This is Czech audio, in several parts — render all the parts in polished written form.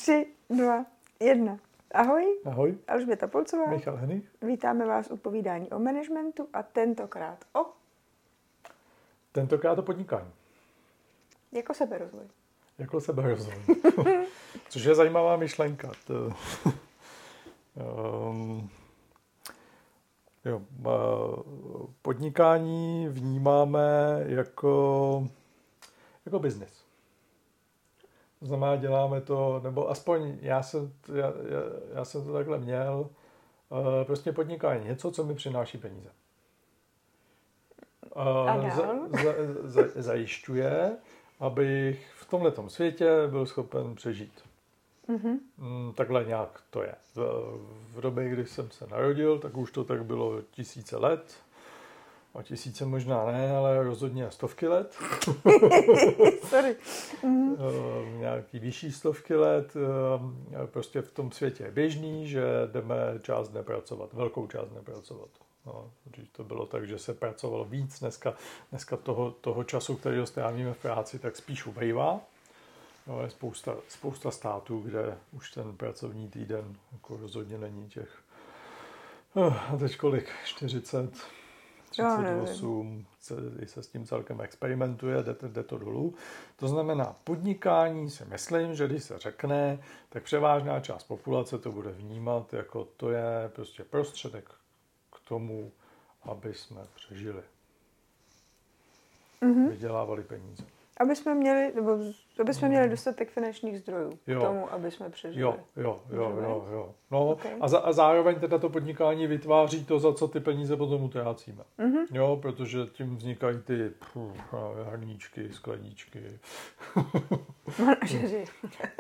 3, 2, 1. Ahoj. Ahoj. Alžběta Polcová. Michal Hennig. Vítáme vás u povídání o managementu a tentokrát o podnikání. Jako seberozvoj. Jako seberozvoj. Což je zajímavá myšlenka. Podnikání vnímáme jako biznis. To znamená, děláme to, nebo aspoň já jsem to takhle měl, prostě podnikání, něco, co mi přináší peníze. Zajišťuje, abych v tomhletom světě byl schopen přežít. Mm-hmm. Takhle nějak to je. V době, kdy jsem se narodil, tak už to tak bylo tisíce let. A tisíce možná ne, ale rozhodně stovky let. Sorry. Mm-hmm. Nějaký vyšší stovky let. Prostě v tom světě je běžný, že jdeme část dne pracovat, velkou část dne pracovat. No, když to bylo tak, že se pracovalo víc, dneska toho času, který strávíme v práci, tak spíš ubejvá. No, je spousta států, kde už ten pracovní týden jako rozhodně není těch, a teď kolik, 40, 38, se s tím celkem experimentuje, jde to dolů. To znamená, podnikání si myslím, že když se řekne, tak převážná část populace to bude vnímat jako to je prostě prostředek k tomu, aby jsme přežili. Mm-hmm. Vydělávali peníze. Aby jsme měli dostatek finančních zdrojů k tomu, aby jsme přežili. Jo. No, okay. A zároveň teda to podnikání vytváří to, za co ty peníze potom utrácíme. Mm-hmm. Jo, protože tím vznikají ty hrníčky, skleníčky. Manažeři.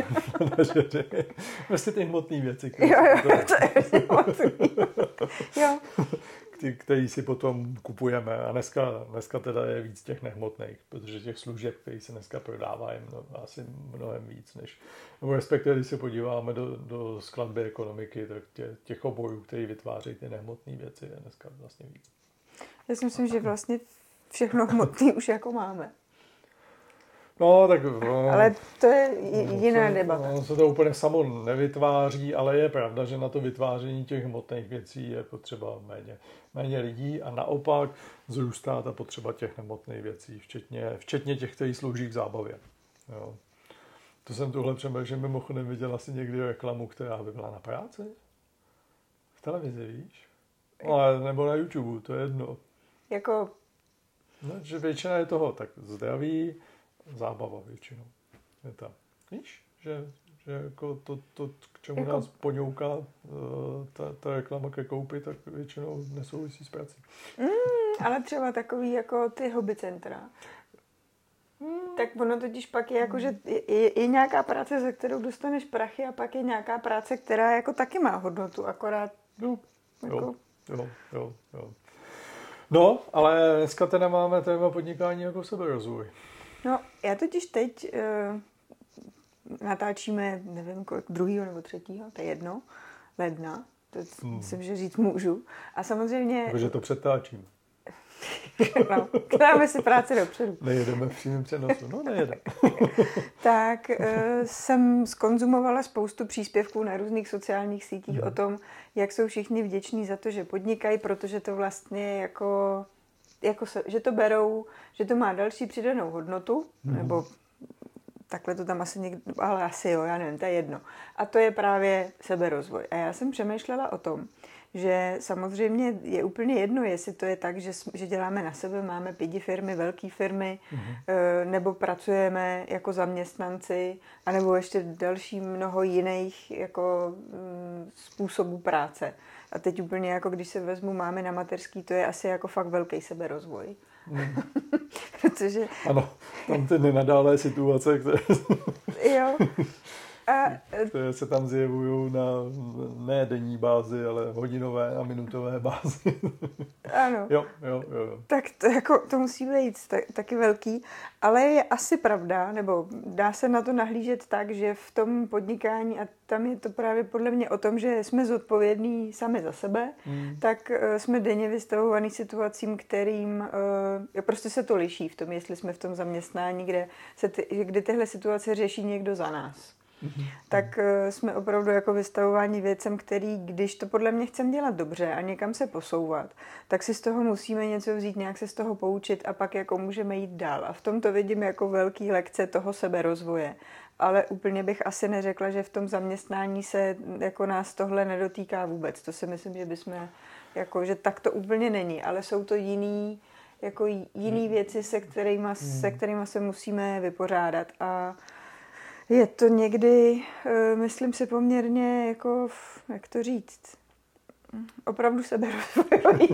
Prostě ty hmotné věci. To je hmotný. Jo. Který si potom kupujeme. A dneska teda je víc těch nehmotných, protože těch služeb, které se dneska prodává, je asi mnohem víc, nebo respektive, když se podíváme do skladby ekonomiky, tak těch oborů, který vytváří ty nehmotné věci, je dneska vlastně víc. Já si myslím, že vlastně všechno hmotné už jako máme. No, tak... Ale to je jiná debata. Se to úplně samo nevytváří, ale je pravda, že na to vytváření těch hmotných věcí je potřeba méně lidí a naopak zrůstá ta potřeba těch nehmotných věcí, včetně těch, kteří slouží k zábavě. Jo. To jsem tuhle přemýšlel, mimochodem viděl asi někdy reklamu, která by byla na práci. V televizi, víš? No, nebo na YouTube, to je jedno. Jako... No, že většina je toho, tak zdraví, zábava většinou. Je tam. Víš, že jako to, k čemu nás poňouká ta reklama ke koupi, tak většinou nesouvisí s prací. Ale třeba takový jako ty hobby centra. Tak ono totiž pak je jako, že je nějaká práce, za kterou dostaneš prachy a pak je nějaká práce, která jako taky má hodnotu, akorát... Jo. No, ale dneska teda máme téma podnikání jako seberozvoj. No, já totiž teď natáčíme, nevím kolik, 2. nebo 3. to je jedno, ledna, to myslím, že říct můžu. A samozřejmě... Takže to přetáčíme. No, dáme si práci dopředu. Nejedeme v přímém přenosu, nejedeme. Tak jsem zkonzumovala spoustu příspěvků na různých sociálních sítích o tom, jak jsou všichni vděční za to, že podnikají, protože to vlastně jako že to berou, že to má další přidanou hodnotu, nebo takhle to tam asi někdo, ale asi jo, já nevím, to je jedno. A to je právě seberozvoj. A já jsem přemýšlela o tom, že samozřejmě je úplně jedno, jestli to je tak, že děláme na sebe, máme 5 firmy, velké firmy, nebo pracujeme jako zaměstnanci, anebo ještě další mnoho jiných jako způsobů práce. A teď úplně jako když se vezmu, máme na mateřský, to je asi jako fakt velký seberozvoj. Protože... Ano, tam ty nenadálé situace, které se tam zjevují na ne denní bázi, ale hodinové a minutové bázi. Ano. Jo. Tak to musí být taky velký, ale je asi pravda, nebo dá se na to nahlížet tak, že v tom podnikání, a tam je to právě podle mě o tom, že jsme zodpovědní sami za sebe, tak jsme denně vystavovaní situacím, kterým prostě se to liší v tom, jestli jsme v tom zaměstnání, kdy tyhle situace řeší někdo za nás. tak jsme opravdu jako vystavováni věcem, který, když to podle mě chceme dělat dobře a někam se posouvat, tak si z toho musíme něco vzít, nějak se z toho poučit a pak jako můžeme jít dál. A v tom to vidím jako velký lekce toho seberozvoje. Ale úplně bych asi neřekla, že v tom zaměstnání se jako nás tohle nedotýká vůbec. To si myslím, že bychom, jako, že tak to úplně není, ale jsou to jiný věci, se kterýma se musíme vypořádat. A je to někdy, myslím si, poměrně, jako, jak to říct, opravdu seberozvojový.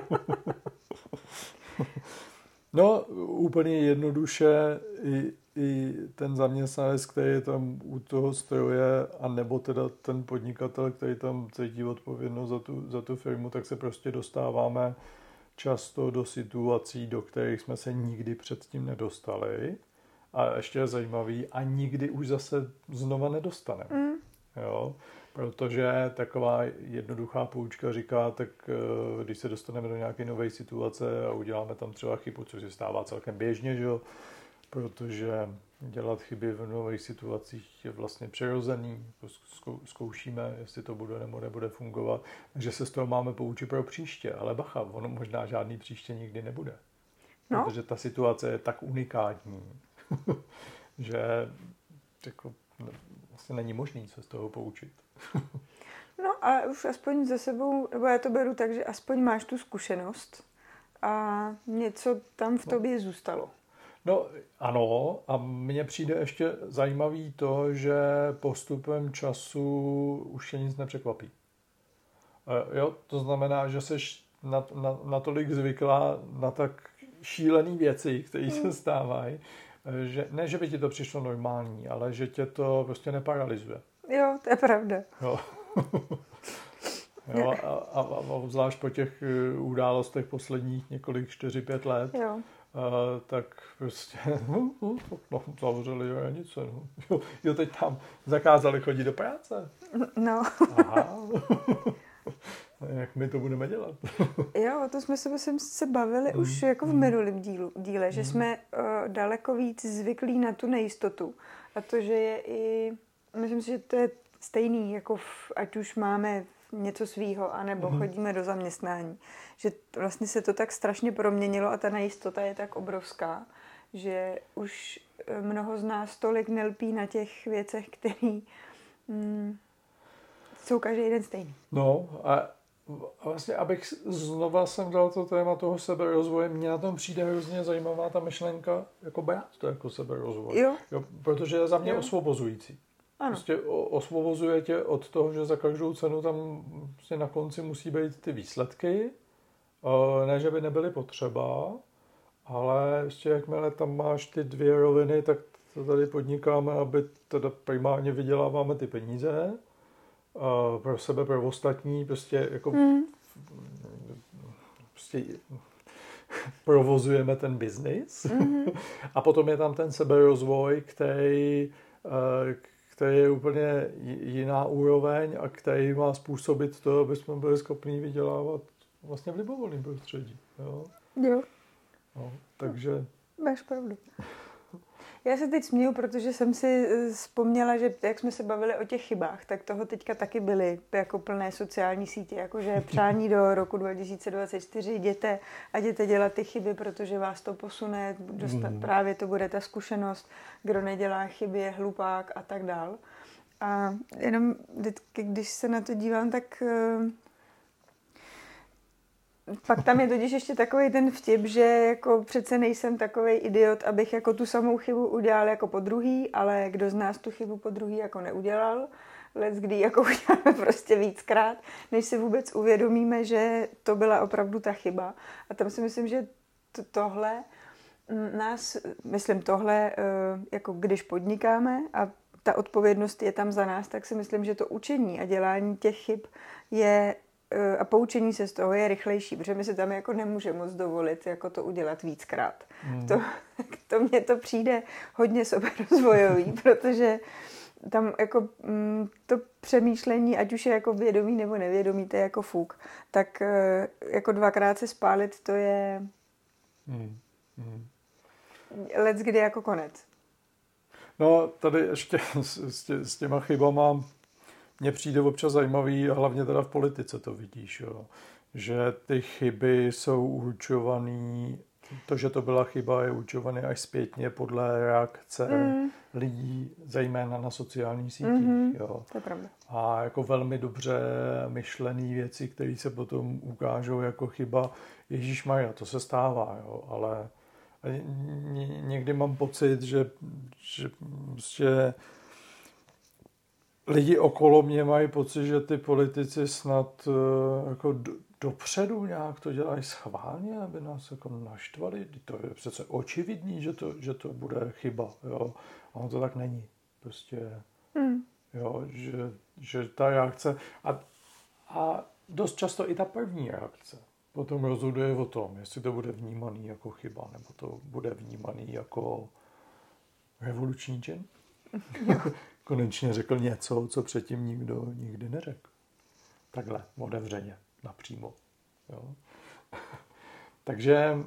No, úplně jednoduše i ten zaměstnanec, který je tam u toho stroje, a nebo teda ten podnikatel, který tam cítí odpovědnost za tu firmu, tak se prostě dostáváme často do situací, do kterých jsme se nikdy předtím nedostali. A ještě je zajímavý, a nikdy už zase znova nedostaneme. Jo? Protože taková jednoduchá poučka říká, tak když se dostaneme do nějaké nové situace a uděláme tam třeba chybu, což se stává celkem běžně, že jo? Protože dělat chyby v nových situacích je vlastně přirozený, zkoušíme, jestli to bude nebo nebude fungovat, takže se z toho máme poučit pro příště, ale bacha, ono možná žádný příště nikdy nebude. No. Protože ta situace je tak unikátní, že jako, vlastně není možný se z toho poučit. No ale už aspoň za sebou, nebo já to beru tak, že aspoň máš tu zkušenost a něco tam v tobě zůstalo. No ano, a mně přijde ještě zajímavý to, že postupem času už se nic nepřekvapí. Jo, to znamená, že jsi natolik zvyklá na tak šílený věci, které se stávají, že ne, že by ti to přišlo normální, ale že tě to prostě neparalyzuje. Jo, to je pravda. Jo. Jo, a zvlášť po těch událostech posledních několik 4-5 let, jo. Tak prostě zavřeli hranice. No. Jo, teď tam zakázali chodit do práce. No. Aha. Jak my to budeme dělat? Jo, o to jsme se bavili už jako v minulém díle, že jsme daleko víc zvyklí na tu nejistotu. A to, že je i, myslím si, že to je stejný, jako ať už máme něco svýho, anebo chodíme do zaměstnání. Že vlastně se to tak strašně proměnilo a ta nejistota je tak obrovská, že už mnoho z nás tolik nelpí na těch věcech, které jsou každý den stejný. No a vlastně, abych znova jsem dal to téma toho seberozvoje, mně na tom přijde hrozně zajímavá ta myšlenka, jako brát to jako seberozvoj. Jo. Jo, protože je za mě osvobozující. Ano. Prostě osvobozuje tě od toho, že za každou cenu tam prostě na konci musí být ty výsledky. Ne, že by nebyly potřeba, ale ještě jakmile tam máš ty dvě roviny, tak to tady podnikáme, aby teda primárně vyděláváme ty peníze pro sebe, pro ostatní, prostě jako prostě provozujeme ten biznis. A potom je tam ten seberozvoj, který je úplně jiná úroveň a který má způsobit to, aby jsme byli schopni vydělávat vlastně v libovolném prostředí. Jo. No, takže... Máš pravdu. Já se teď směju, protože jsem si vzpomněla, že jak jsme se bavili o těch chybách, tak toho teďka taky byly jako plné sociální sítě, jakože přání do roku 2024 jděte dělat ty chyby, protože vás to posune, právě to bude ta zkušenost, kdo nedělá chyby je hlupák a tak dál. A jenom vždycky, když se na to dívám, tak pak tam je totiž ještě takový ten vtip, že jako přece nejsem takový idiot, abych jako tu samou chybu udělal jako po druhý, ale kdo z nás tu chybu po druhý jako neudělal, leckdy jako uděláme prostě víckrát, než si vůbec uvědomíme, že to byla opravdu ta chyba. A tam si myslím, že tohle jako když podnikáme a ta odpovědnost je tam za nás, tak si myslím, že to učení a dělání těch chyb je a poučení se z toho je rychlejší, protože my si tam jako nemůžeme moc dovolit jako to udělat víckrát. To mně to přijde hodně seberozvojový, protože tam jako to přemýšlení, ať už je jako vědomí nebo nevědomí, to je jako fuk. Tak jako dvakrát se spálit, to je leckdy jako konec. No, tady ještě s těma chybama mně přijde občas zajímavý, a hlavně teda v politice to vidíš, jo, že ty chyby jsou určovaný, to, že to byla chyba, je určované až zpětně podle reakce lidí, zejména na sociálních sítích. Jo. To je pravda. A jako velmi dobře myšlené věci, které se potom ukážou jako chyba, ježišmarja, to se stává, jo, ale někdy mám pocit, že lidi okolo mě mají pocit, že ty politici snad jako dopředu nějak to dělají schválně, aby nás jako naštvali. To je přece očividný, že to bude chyba. Jo? A ono to tak není. Prostě, jo, že ta reakce a dost často i ta první reakce potom rozhoduje o tom, jestli to bude vnímaný jako chyba, nebo to bude vnímaný jako revoluční čin. Konečně řekl něco, co předtím nikdo nikdy neřekl. Takhle, otevřeně, napřímo. Jo. Takže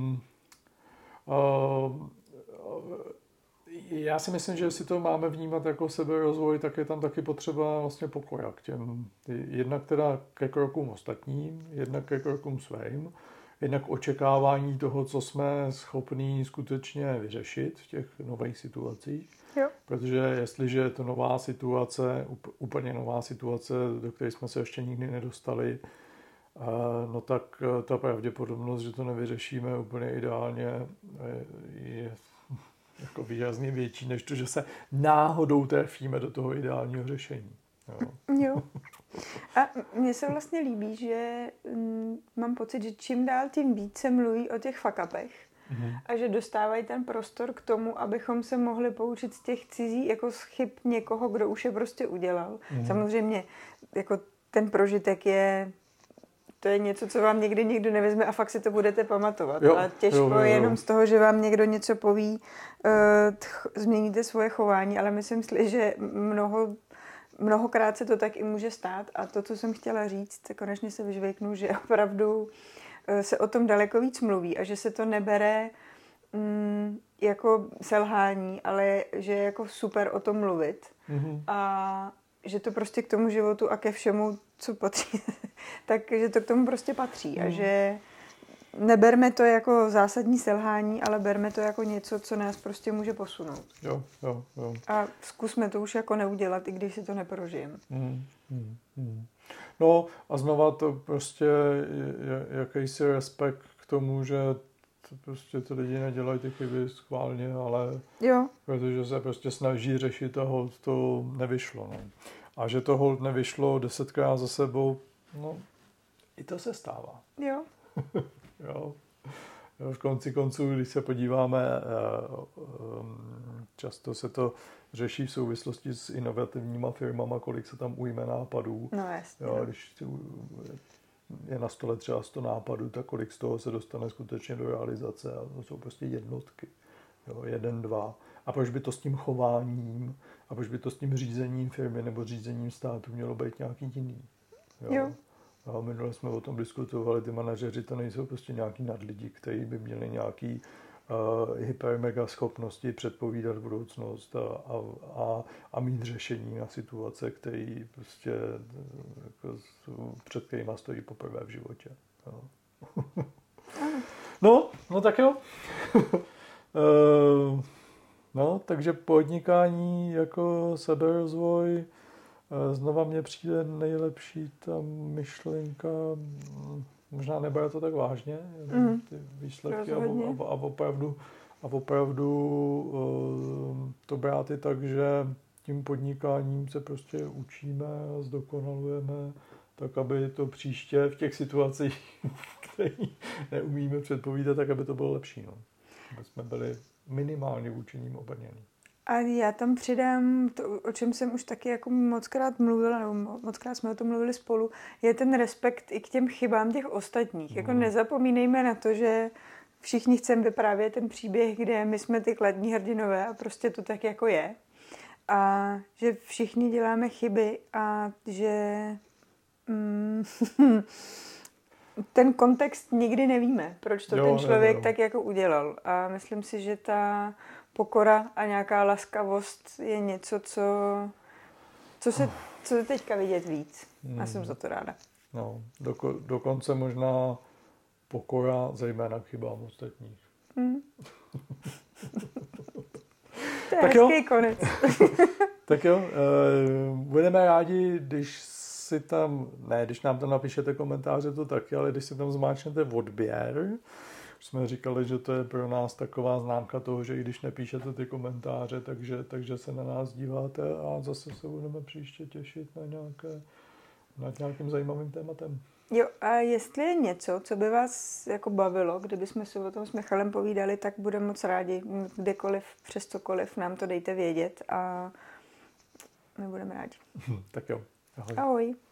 já si myslím, že jestli to máme vnímat jako seberozvoj, tak je tam taky potřeba vlastně pokora k těm, jednak teda ke krokům ostatním, jednak ke krokům svým, jednak očekávání toho, co jsme schopní skutečně vyřešit v těch nových situacích. Jo. Protože jestliže je to nová situace, úplně nová situace, do které jsme se ještě nikdy nedostali, no tak ta pravděpodobnost, že to nevyřešíme úplně ideálně, je jako výrazně větší, než to, že se náhodou trefíme do toho ideálního řešení. Jo. A mně se vlastně líbí, že mám pocit, že čím dál tím víc se mluví o těch fuck-upech a že dostávají ten prostor k tomu, abychom se mohli poučit z těch cizí jako z chyb někoho, kdo už je prostě udělal. Samozřejmě jako ten prožitek to je něco, co vám někdy nikdo nevezme a fakt si to budete pamatovat. Jo, ale těžko jenom z toho, že vám někdo něco poví, změníte svoje chování, ale myslím si, že mnohokrát se to tak i může stát a to, co jsem chtěla říct, konečně se vyžvejknu, že opravdu se o tom daleko víc mluví a že se to nebere jako selhání, ale že je jako super o tom mluvit a že to prostě k tomu životu a ke všemu, co patří, takže to k tomu prostě patří a že neberme to jako zásadní selhání, ale berme to jako něco, co nás prostě může posunout. Jo. A zkusme to už jako neudělat, i když si to neprožijeme. No a znova to prostě jakýsi respekt k tomu, že prostě ty lidi nedělají ty chyby schválně, ale protože se prostě snaží řešit a hold to nevyšlo. No. A že to hold nevyšlo 10krát za sebou, no i to se stává. Jo. Jo. V konci konců, když se podíváme, často se to řeší v souvislosti s inovativníma firmama, kolik se tam ujme nápadů. No jasně. Jo, když je na stole třeba 100 nápadů, tak kolik z toho se dostane skutečně do realizace. A to jsou prostě jednotky. Jo, 1, 2. A proč by to s tím chováním, a proč by to s tím řízením firmy nebo řízením státu mělo být nějaký jiný. Jo. A minule jsme o tom diskutovali, ty manažeři to nejsou prostě nějaký nadlidi, kteří by měli nějaký hypermega schopnosti předpovídat budoucnost a mít řešení na situace, které prostě jako před kterýma stojí poprvé v životě. No tak jo. No, takže podnikání jako seberozvoj, znova mně přijde nejlepší ta myšlenka, možná nebude to tak vážně, ty výsledky a opravdu to brát i tak, že tím podnikáním se prostě učíme a zdokonalujeme, tak aby to příště v těch situacích, které neumíme předpovídat, tak aby to bylo lepší. No. Aby jsme byli minimálně vůči ním obrnění. A já tam přidám to, o čem jsem už taky jako mockrát mluvila, nebo mockrát jsme o tom mluvili spolu, je ten respekt i k těm chybám těch ostatních. Jako nezapomínejme na to, že všichni chceme vyprávět ten příběh, kde my jsme ty kladní hrdinové a prostě to tak jako je. A že všichni děláme chyby a že ten kontext nikdy nevíme, proč to ten člověk tak jako udělal. A myslím si, že ta pokora a nějaká laskavost je něco, co je teďka vidět víc. Já jsem za to ráda. No, dokonce možná pokora, zejména k chybám ostatních. To je hezký konec. Tak jo, budeme rádi, když nám tam napíšete komentáře, to taky, ale když si tam zmáčnete odběr. Už jsme říkali, že to je pro nás taková známka toho, že i když nepíšete ty komentáře, takže se na nás díváte a zase se budeme příště těšit nad nějakým zajímavým tématem. Jo, a jestli je něco, co by vás jako bavilo, kdybychom si o tom s Michalem povídali, tak budeme moc rádi. Kdekoliv, přes cokoliv nám to dejte vědět a my budeme rádi. Tak jo, ahoj. Ahoj.